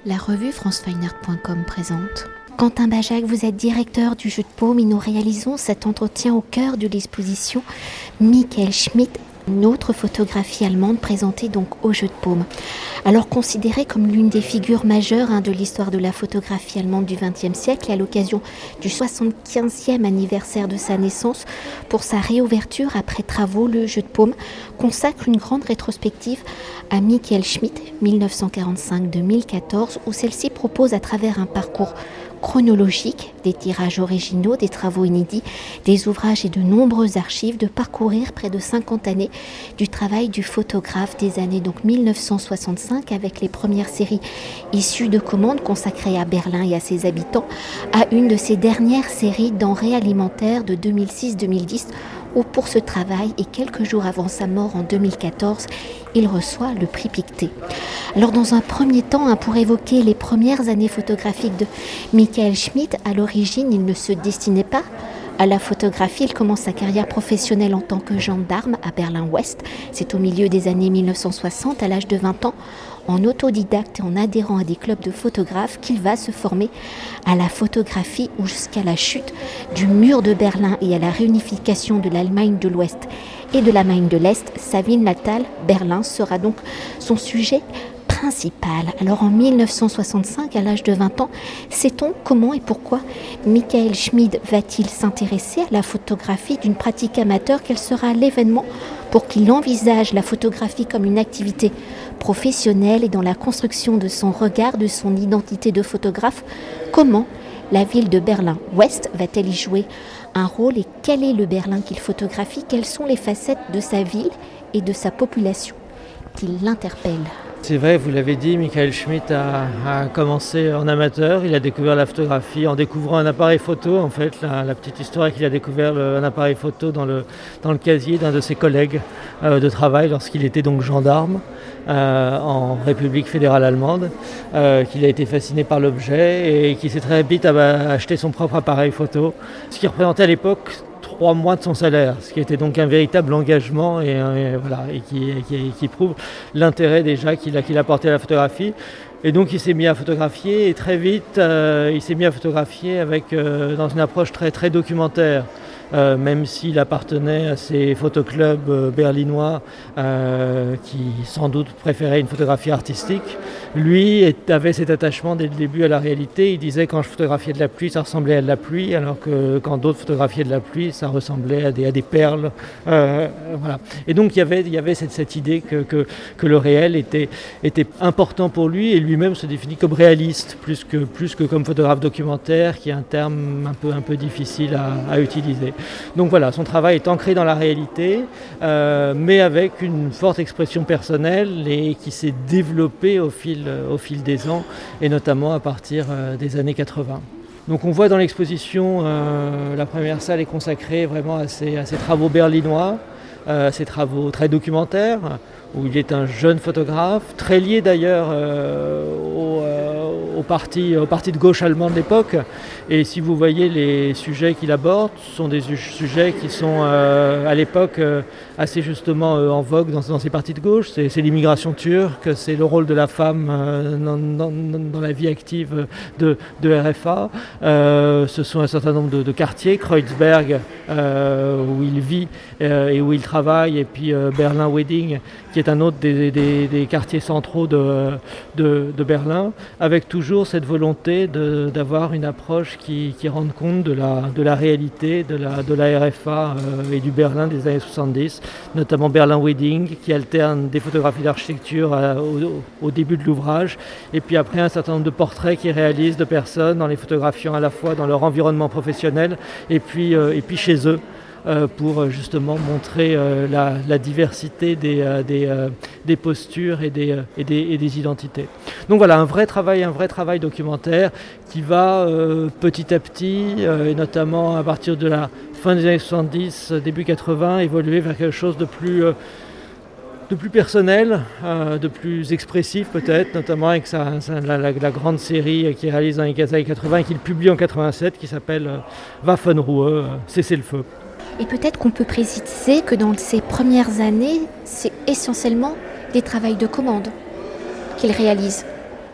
La revue francefineart.com présente. Quentin Bajac, vous êtes directeur du Jeu de Paume et nous réalisons cet entretien au cœur de l'exposition Michael Schmidt, une autre photographie allemande présentée donc au Jeu de Paume. Alors considérée comme l'une des figures majeures de l'histoire de la photographie allemande du XXe siècle, à l'occasion du 75e anniversaire de sa naissance, pour sa réouverture après travaux, le Jeu de Paume consacre une grande rétrospective à Michael Schmidt, 1945-2014, où celle-ci propose à travers un parcours chronologique, des tirages originaux, des travaux inédits, des ouvrages et de nombreuses archives, de parcourir près de 50 années du travail du photographe des années donc 1965 avec les premières séries issues de commandes consacrées à Berlin et à ses habitants, à une de ses dernières séries denrées alimentaires de 2006-2010 où pour ce travail et quelques jours avant sa mort en 2014, il reçoit le prix Pictet. Alors dans un premier temps, pour évoquer les premières années photographiques de Michael Schmidt, à l'origine, il ne se destinait pas à la photographie. Il commence sa carrière professionnelle en tant que gendarme à Berlin-Ouest. C'est au milieu des années 1960, à l'âge de 20 ans, en autodidacte et en adhérant à des clubs de photographes, qu'il va se former à la photographie jusqu'à la chute du mur de Berlin et à la réunification de l'Allemagne de l'Ouest et de l'Allemagne de l'Est. Sa ville natale, Berlin, sera donc son sujet principal. Alors en 1965, à l'âge de 20 ans, sait-on comment et pourquoi Michael Schmidt va-t-il s'intéresser à la photographie d'une pratique amateur? Quel sera l'événement pour qu'il envisage la photographie comme une activité professionnelle et dans la construction de son regard, de son identité de photographe? Comment la ville de Berlin-Ouest va-t-elle y jouer un rôle et quel est le Berlin qu'il photographie? Quelles sont les facettes de sa ville et de sa population qui l'interpellent? C'est vrai, vous l'avez dit, Michael Schmidt a commencé en amateur. Il a découvert la photographie en découvrant un appareil photo. En fait, la petite histoire est qu'il a découvert un appareil photo dans le casier d'un de ses collègues de travail lorsqu'il était donc gendarme en République fédérale allemande, qu'il a été fasciné par l'objet et qu'il s'est très vite acheté son propre appareil photo, ce qui représentait à l'époque 3 mois de son salaire, ce qui était donc un véritable engagement et qui prouve l'intérêt déjà qu'il a porté à la photographie. Et donc il s'est mis à photographier et très vite il s'est mis à photographier dans une approche très, très documentaire. Même s'il appartenait à ces photoclubs berlinois qui sans doute préféraient une photographie artistique, lui avait cet attachement dès le début à la réalité. Il disait quand je photographiais de la pluie, ça ressemblait à de la pluie, alors que quand d'autres photographiaient de la pluie, ça ressemblait à des perles. Voilà. Et donc il y avait cette idée que le réel était important pour lui, et lui-même se définit comme réaliste, plus que comme photographe documentaire, qui est un terme un peu difficile à utiliser. Donc voilà, son travail est ancré dans la réalité, mais avec une forte expression personnelle et qui s'est développée au fil des ans, et notamment à partir des années 80. Donc on voit dans l'exposition, la première salle est consacrée vraiment à ces travaux berlinois, ces travaux très documentaires, où il est un jeune photographe, très lié d'ailleurs au parti de gauche allemand de l'époque. Et si vous voyez les sujets qu'il aborde, ce sont des sujets qui sont à l'époque assez justement en vogue dans ces partis de gauche. C'est l'immigration turque, c'est le rôle de la femme dans la vie active de RFA. Ce sont un certain nombre de quartiers, Kreuzberg où il vit et où il travaille, et puis Berlin-Wedding, qui est un autre des quartiers centraux de Berlin, avec toujours cette volonté d'avoir une approche qui rende compte de la réalité de la RFA et du Berlin des années 70, notamment Berlin-Wedding, qui alterne des photographies d'architecture au début de l'ouvrage, et puis après un certain nombre de portraits qu'il réalise de personnes en les photographiant à la fois dans leur environnement professionnel et puis chez eux, pour justement montrer la diversité des postures et des identités. Donc voilà, un vrai travail documentaire qui va petit à petit, et notamment à partir de la fin des années 70, début 80, évoluer vers quelque chose de plus personnel, de plus expressif peut-être, notamment avec la grande série qu'il réalise dans les années 80 et qu'il publie en 87, qui s'appelle Waffenruhe, Cessez le feu. Et peut-être qu'on peut préciser que dans ces premières années, c'est essentiellement des travaux de commande qu'il réalise.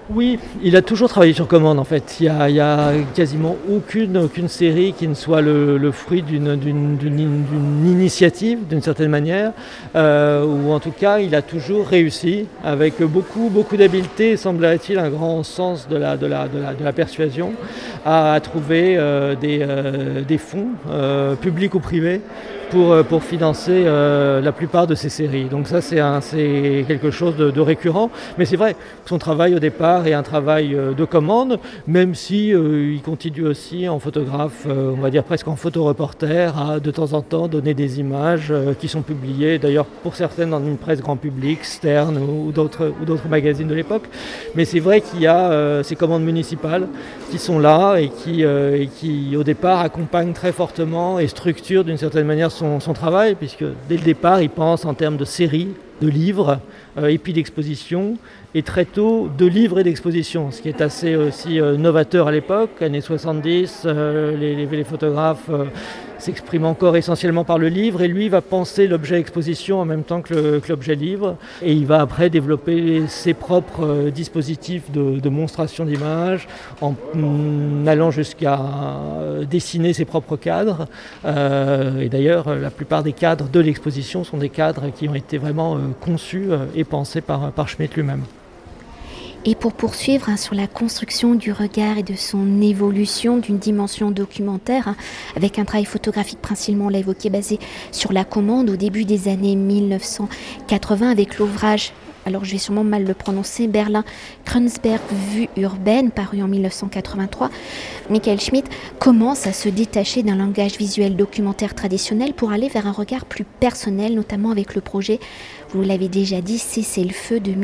Oui, il a toujours travaillé sur commande en fait. Il y a quasiment aucune série qui ne soit le fruit d'une initiative d'une certaine manière, ou en tout cas il a toujours réussi avec beaucoup d'habileté, semblerait-il un grand sens de la persuasion, à trouver des fonds publics ou privés pour financer la plupart de ses séries. Donc ça c'est quelque chose de récurrent, mais c'est vrai que son travail au départ est un travail de commande, même si il continue aussi en photographe, on va dire presque en photoreporter, à de temps en temps donner des images qui sont publiées, d'ailleurs pour certaines dans une presse grand public, Stern ou d'autres magazines de l'époque. Mais c'est vrai qu'il y a ces commandes municipales qui sont là et qui au départ accompagnent très fortement et structurent d'une certaine manière son travail, puisque dès le départ il pense en termes de séries, de livres et puis d'expositions, et très tôt de livres et d'expositions, ce qui est assez aussi novateur à l'époque, années 70, les photographes s'expriment encore essentiellement par le livre, et lui va penser l'objet exposition en même temps que l'objet livre, et il va après développer ses propres dispositifs de monstration d'images, en allant jusqu'à dessiner ses propres cadres, et d'ailleurs la plupart des cadres de l'exposition sont des cadres qui ont été vraiment conçus et pensés par Schmitt lui-même. Et pour poursuivre sur la construction du regard et de son évolution d'une dimension documentaire, avec un travail photographique principalement, on l'a évoqué, basé sur la commande au début des années 1980 avec l'ouvrage, alors je vais sûrement mal le prononcer, Berlin-Kreuzberg Vue urbaine, paru en 1983, Michael Schmitt commence à se détacher d'un langage visuel documentaire traditionnel pour aller vers un regard plus personnel, notamment avec le projet, vous l'avez déjà dit, Cessez le feu de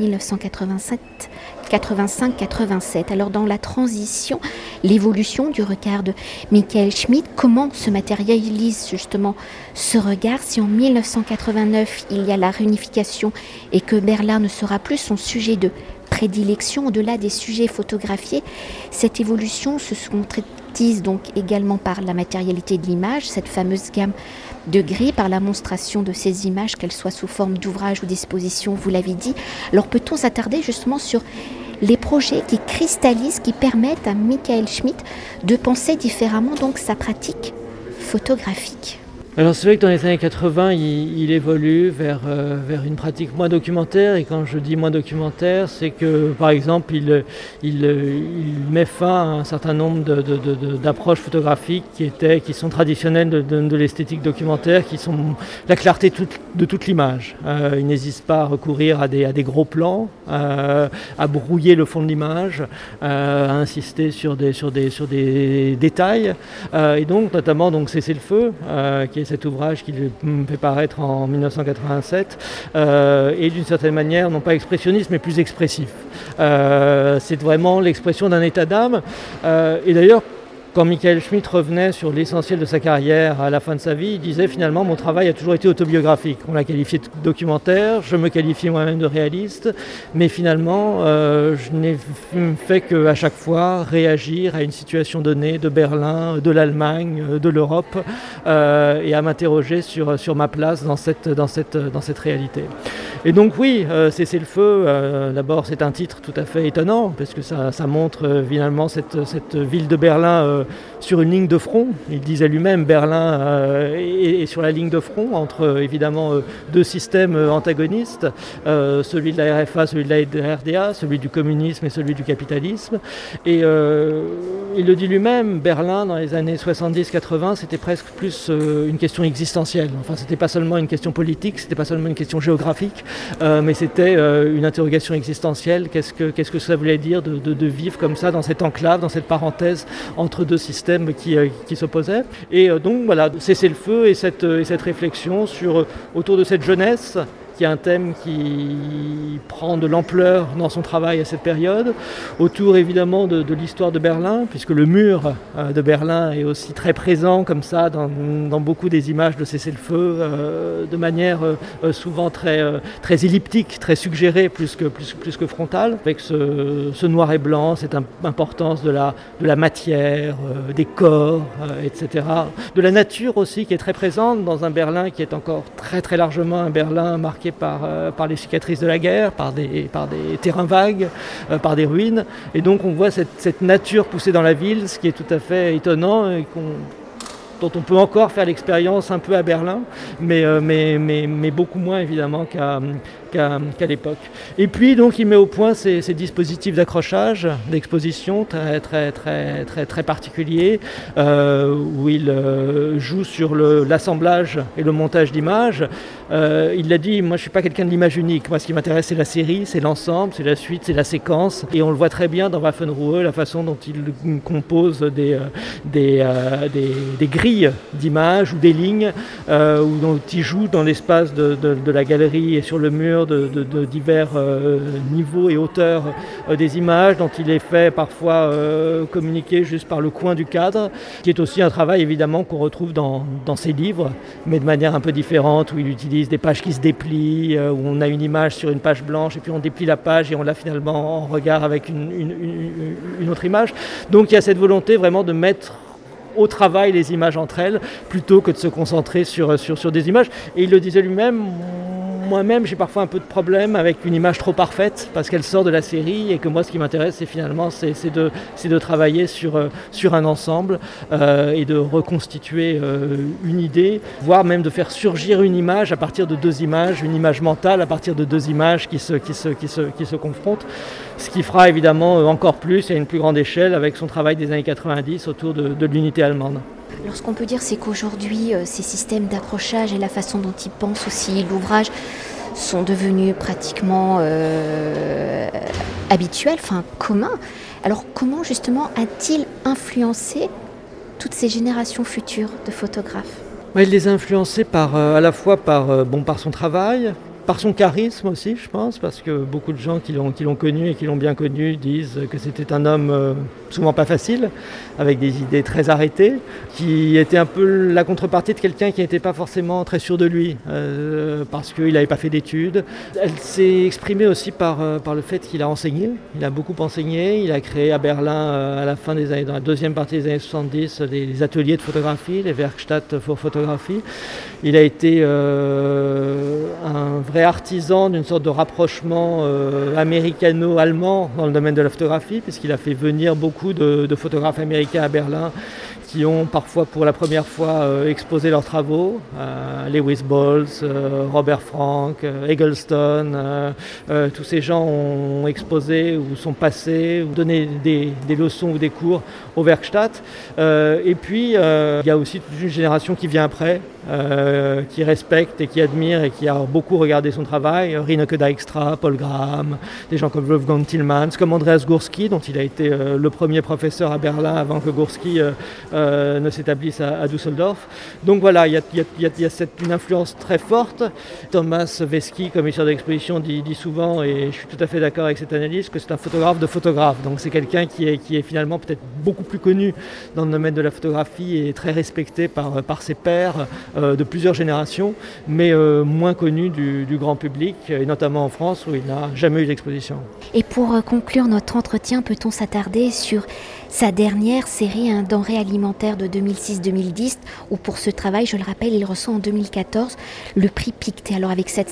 1985-87. Alors dans la transition, l'évolution du regard de Michael Schmitt, comment se matérialise justement ce regard si en 1989 il y a la réunification et que Berlin ne sera plus son sujet de prédilection au-delà des sujets photographiés, cette évolution se concrétise donc également par la matérialité de l'image, cette fameuse gamme de gris, par la monstration de ces images, qu'elles soient sous forme d'ouvrages ou d'expositions, vous l'avez dit. Alors peut-on s'attarder justement sur les projets qui cristallisent, qui permettent à Michael Schmitt de penser différemment donc sa pratique photographique? Alors c'est vrai que dans les années 80, il évolue vers une pratique moins documentaire, et quand je dis moins documentaire, c'est que par exemple il met fin à un certain nombre d'approches photographiques qui sont traditionnelles de l'esthétique documentaire, qui sont la clarté de toute l'image. Il n'hésite pas à recourir à des gros plans, à brouiller le fond de l'image, à insister sur des détails, et donc notamment Cessez le feu, qui est cet ouvrage qu'il fait paraître en 1987, et d'une certaine manière, non pas expressionniste, mais plus expressif. C'est vraiment l'expression d'un état d'âme. Et d'ailleurs, quand Michael Schmitt revenait sur l'essentiel de sa carrière à la fin de sa vie, il disait finalement mon travail a toujours été autobiographique. On l'a qualifié de documentaire, je me qualifiais moi-même de réaliste, mais finalement je n'ai fait qu'à chaque fois réagir à une situation donnée de Berlin, de l'Allemagne, de l'Europe, et à m'interroger sur ma place dans cette réalité. Et donc oui, Cessez le feu, d'abord c'est un titre tout à fait étonnant, parce que ça montre finalement cette ville de Berlin sur une ligne de front. Il disait lui-même, Berlin est sur la ligne de front entre évidemment deux systèmes antagonistes, celui de la RFA, celui de la RDA, celui du communisme et celui du capitalisme. Et il le dit lui-même, Berlin dans les années 70-80, c'était presque plus une question existentielle. Enfin, c'était pas seulement une question politique, c'était pas seulement une question géographique, mais c'était une interrogation existentielle. Qu'est-ce que ça voulait dire de vivre comme ça dans cette enclave, dans cette parenthèse entre deux systèmes qui s'opposaient. Et donc voilà, Cessez le feu et cette réflexion autour de cette jeunesse, qui est un thème qui prend de l'ampleur dans son travail à cette période, autour évidemment de l'histoire de Berlin, puisque le mur de Berlin est aussi très présent comme ça dans beaucoup des images de Cessez le feu, de manière souvent très elliptique, très suggérée plus que frontale, avec ce noir et blanc, cette importance de la matière, des corps, etc. De la nature aussi qui est très présente dans un Berlin qui est encore très très largement un Berlin marqué marqué par les cicatrices de la guerre, par des terrains vagues, par des ruines. Et donc on voit cette nature poussée dans la ville, ce qui est tout à fait étonnant et dont on peut encore faire l'expérience un peu à Berlin, mais beaucoup moins évidemment qu'à l'époque. Et puis donc il met au point ces dispositifs d'accrochage, d'exposition très particuliers, où il joue sur l'assemblage et le montage d'images. Il l'a dit, moi je ne suis pas quelqu'un de l'image unique, moi ce qui m'intéresse c'est la série, c'est l'ensemble, c'est la suite, c'est la séquence, et on le voit très bien dans Waffenruhe, la façon dont il compose des grilles d'images ou des lignes, ou dont il joue dans l'espace de la galerie et sur le mur de divers niveaux et hauteurs des images, dont il est fait parfois communiquer juste par le coin du cadre, qui est aussi un travail évidemment qu'on retrouve dans ses livres, mais de manière un peu différente, où il utilise des pages qui se déplient, où on a une image sur une page blanche et puis on déplie la page et on l'a finalement en regard avec une autre image. Donc il y a cette volonté vraiment de mettre au travail les images entre elles, plutôt que de se concentrer sur des images. Et il le disait lui-même, moi-même j'ai parfois un peu de problème avec une image trop parfaite, parce qu'elle sort de la série, et que moi ce qui m'intéresse c'est finalement c'est de travailler sur un ensemble, et de reconstituer une idée, voire même de faire surgir une image à partir de deux images, une image mentale à partir de deux images qui se confrontent, ce qui fera évidemment encore plus, à une plus grande échelle, avec son travail des années 90 autour de l'unité allemande. Alors ce qu'on peut dire, c'est qu'aujourd'hui, ces systèmes d'accrochage et la façon dont il pense aussi l'ouvrage sont devenus pratiquement habituels, communs. Alors comment justement a-t-il influencé toutes ces générations futures de photographes ? Il les a influencés à la fois par son travail, par son charisme aussi, je pense, parce que beaucoup de gens qui l'ont connu et qui l'ont bien connu disent que c'était un homme souvent pas facile, avec des idées très arrêtées, qui était un peu la contrepartie de quelqu'un qui n'était pas forcément très sûr de lui, parce qu'il n'avait pas fait d'études. Elle s'est exprimée aussi par le fait qu'il a enseigné. Il a beaucoup enseigné. Il a créé à Berlin, dans la deuxième partie des années 70, des ateliers de photographie, les Werkstatt für Photographie. Il a été un vrai artisan d'une sorte de rapprochement américano-allemand dans le domaine de la photographie, puisqu'il a fait venir beaucoup de photographes américains à Berlin qui ont parfois pour la première fois exposé leurs travaux. Lewis Bolz, Robert Frank, Eggleston, tous ces gens ont exposé ou sont passés ou donné des leçons ou des cours au Werkstatt. Et puis il y a aussi toute une génération qui vient après, qui respecte et qui admire et qui a beaucoup regardé son travail. Rieneke Dijkstra, Paul Graham, des gens comme Wolfgang Tillmans, comme Andreas Gursky, dont il a été le premier professeur à Berlin avant que Gursky ne s'établisse à Düsseldorf. Donc voilà, il y a une influence très forte. Thomas Wesky, commissaire d'exposition, dit souvent, et je suis tout à fait d'accord avec cette analyse, que c'est un photographe de photographes. Donc c'est quelqu'un qui est finalement peut-être beaucoup plus connu dans le domaine de la photographie et très respecté par ses pairs de plusieurs générations, mais moins connu du grand public, et notamment en France où il n'a jamais eu d'exposition. Et pour conclure notre entretien, peut-on s'attarder sur sa dernière série, un denrée alimentaire de 2006-2010, où pour ce travail, je le rappelle, il reçoit en 2014 le prix Pictet. Alors avec cette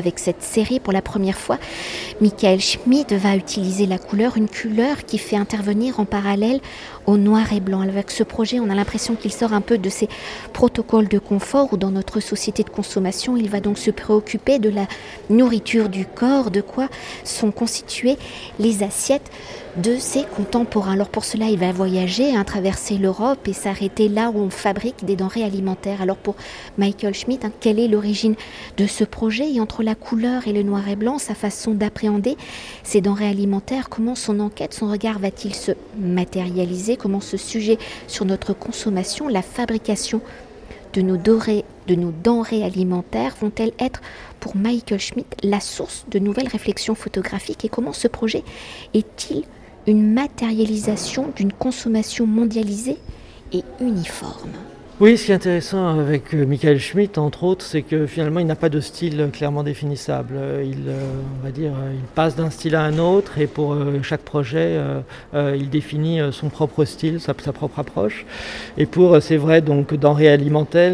série, pour la première fois, Michael Schmidt va utiliser la couleur, une couleur qui fait intervenir en parallèle au noir et blanc. Avec ce projet, on a l'impression qu'il sort un peu de ces protocoles de confort où dans notre société de consommation, il va donc se préoccuper de la nourriture du corps, de quoi sont constituées les assiettes de ses contemporains. Alors pour cela, il va voyager, traverser l'Europe et s'arrêter là où on fabrique des denrées alimentaires. Alors pour Michael Schmidt, quelle est l'origine de ce projet? Et entre la couleur et le noir et blanc, sa façon d'appréhender ces denrées alimentaires, comment son enquête, son regard va-t-il se matérialiser? Comment ce sujet sur notre consommation, la fabrication de nos denrées alimentaires vont-elles être pour Michael Schmidt la source de nouvelles réflexions photographiques? Et comment ce projet est-il une matérialisation d'une consommation mondialisée et uniforme? Oui, ce qui est intéressant avec Michael Schmitt, entre autres, c'est que finalement, il n'a pas de style clairement définissable. On va dire, il passe d'un style à un autre et pour chaque projet, il définit son propre style, sa propre approche. Et c'est vrai, donc, Denrées alimentaires,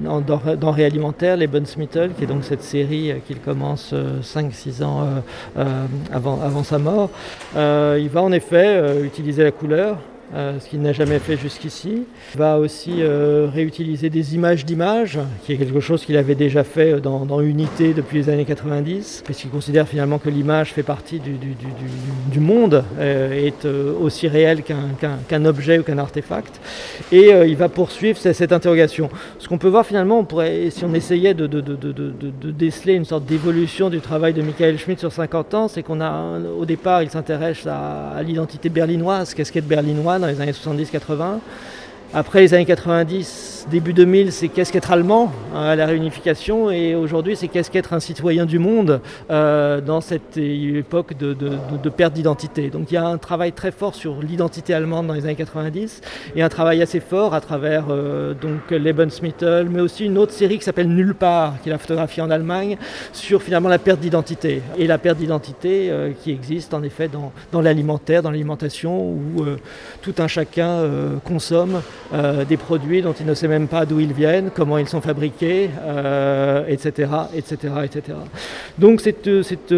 Les Bonnes-Smithel, qui est donc cette série qu'il commence 5-6 ans avant sa mort, il va en effet utiliser la couleur. Ce qu'il n'a jamais fait jusqu'ici. Il va aussi réutiliser des images d'images, qui est quelque chose qu'il avait déjà fait dans Unité depuis les années 90, puisqu'il considère finalement que l'image fait partie du monde, est aussi réelle qu'un objet ou qu'un artefact. Et il va poursuivre cette interrogation. Ce qu'on peut voir finalement, si on essayait de déceler une sorte d'évolution du travail de Michael Schmitt sur 50 ans, c'est au départ, il s'intéresse à l'identité berlinoise, casquette berlinoise, dans les années 70-80. Après les années 90, début 2000, c'est qu'est-ce qu'être allemand à la réunification, et aujourd'hui c'est qu'est-ce qu'être un citoyen du monde dans cette époque de perte d'identité. Donc il y a un travail très fort sur l'identité allemande dans les années 90 et un travail assez fort à travers donc Lebensmittel, mais aussi une autre série qui s'appelle Nulle part, qui est la photographie en Allemagne, sur finalement la perte d'identité. Et la perte d'identité qui existe en effet dans l'alimentaire, dans l'alimentation, où tout un chacun consomme des produits dont il ne sait même pas d'où ils viennent, comment ils sont fabriqués, etc., etc., etc. Donc c'est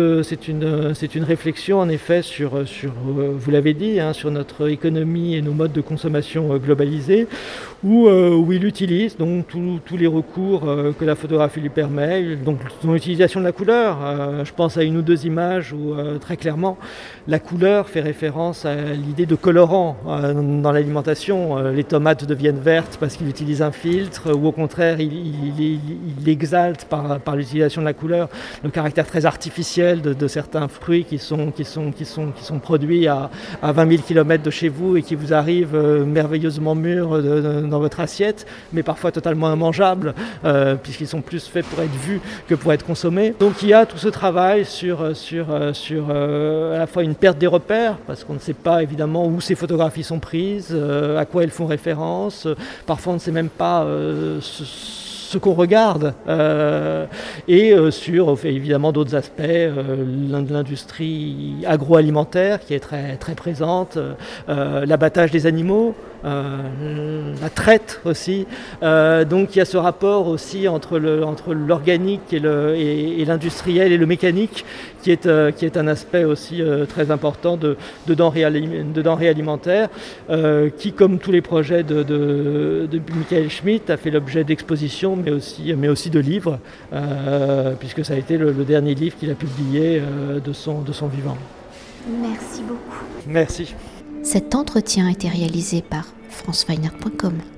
une réflexion en effet sur vous l'avez dit, sur notre économie et nos modes de consommation globalisés, où il utilise donc tous les recours que la photographie lui permet, donc son utilisation de la couleur. Je pense à une ou deux images où très clairement la couleur fait référence à l'idée de colorant dans l'alimentation. Les tomates deviennent vertes parce qu'il utilise un filtre, ou au contraire il exalte par l'utilisation de la couleur le caractère très artificiel de certains fruits qui sont produits à 20 000 km de chez vous et qui vous arrivent merveilleusement mûrs dans votre assiette, mais parfois totalement immangeables puisqu'ils sont plus faits pour être vus que pour être consommés. Donc il y a tout ce travail sur à la fois une perte des repères, parce qu'on ne sait pas évidemment où ces photographies sont prises, à quoi elles font référence, parfois on ne sait même pas ce qu'on regarde, et sur évidemment d'autres aspects, l'industrie agroalimentaire qui est très, très présente, l'abattage des animaux, la traite aussi. Donc il y a ce rapport aussi entre l'organique et l'industriel et le mécanique qui est un aspect aussi très important de denrées alimentaires, qui, comme tous les projets de Michael Schmitt, a fait l'objet d'expositions, mais aussi de livres, puisque ça a été le dernier livre qu'il a publié de son vivant. Merci beaucoup. Merci. Cet entretien a été réalisé par franceweiner.com.